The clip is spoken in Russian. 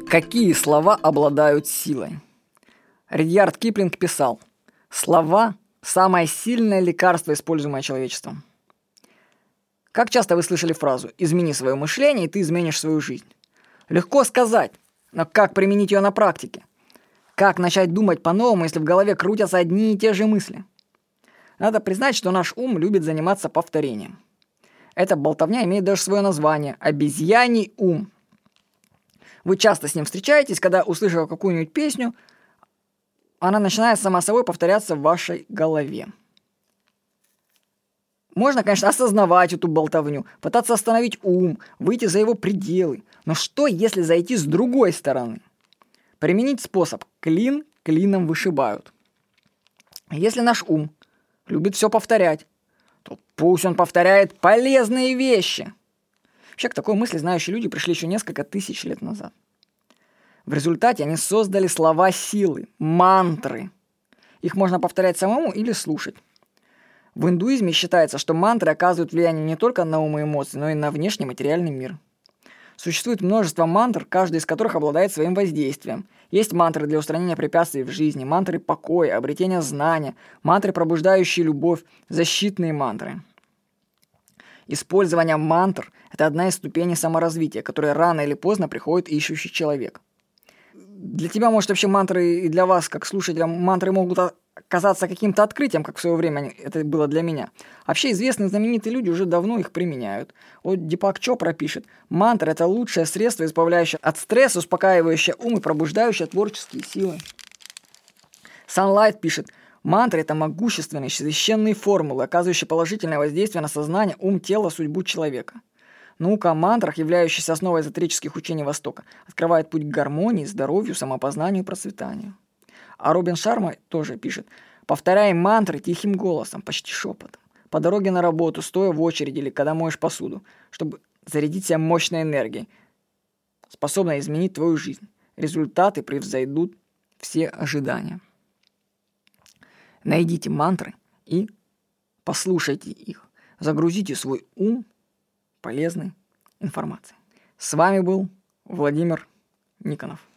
Какие слова обладают силой? Ридьярд Киплинг писал: «Слова – самое сильное лекарство, используемое человечеством». Как часто вы слышали фразу «измени свое мышление, и ты изменишь свою жизнь»? Легко сказать, но как применить ее на практике? Как начать думать по-новому, если в голове крутятся одни и те же мысли? Надо признать, что наш ум любит заниматься повторением. Эта болтовня имеет даже свое название – обезьяний ум. Вы часто с ним встречаетесь, когда, услышав какую-нибудь песню, она начинает сама собой повторяться в вашей голове. Можно, конечно, осознавать эту болтовню, пытаться остановить ум, выйти за его пределы. Но что, если зайти с другой стороны? Применить способ «клин клином вышибают». Если наш ум любит все повторять, то пусть он повторяет полезные вещи. Вообще, к такой мысли знающие люди пришли еще несколько тысяч лет назад. В результате они создали слова силы, мантры. Их можно повторять самому или слушать. В индуизме считается, что мантры оказывают влияние не только на ум и эмоции, но и на внешний материальный мир. Существует множество мантр, каждый из которых обладает своим воздействием. Есть мантры для устранения препятствий в жизни, мантры покоя, обретения знания, мантры, пробуждающие любовь, защитные мантры. Использование мантр – это одна из ступеней саморазвития, которая рано или поздно приходит ищущий человек. Для тебя, может, вообще мантры, и для вас, как слушателя, мантры могут казаться каким-то открытием, как в свое время это было для меня. Вообще известные знаменитые люди уже давно их применяют. Вот Дипак Чопра пишет: «Мантра – это лучшее средство, избавляющее от стресса, успокаивающее ум и пробуждающее творческие силы». Sunlight пишет: «Мантры – это могущественные, священные формулы, оказывающие положительное воздействие на сознание, ум, тело, судьбу человека». Наука о мантрах, являющаяся основой эзотерических учений Востока, открывает путь к гармонии, здоровью, самопознанию и процветанию. А Робин Шарма тоже пишет: «Повторяй мантры тихим голосом, почти шепотом, по дороге на работу, стоя в очереди или когда моешь посуду, чтобы зарядить себя мощной энергией, способной изменить твою жизнь. Результаты превзойдут все ожидания». Найдите мантры и послушайте их. Загрузите свой ум полезной информацией. С вами был Владимир Никонов.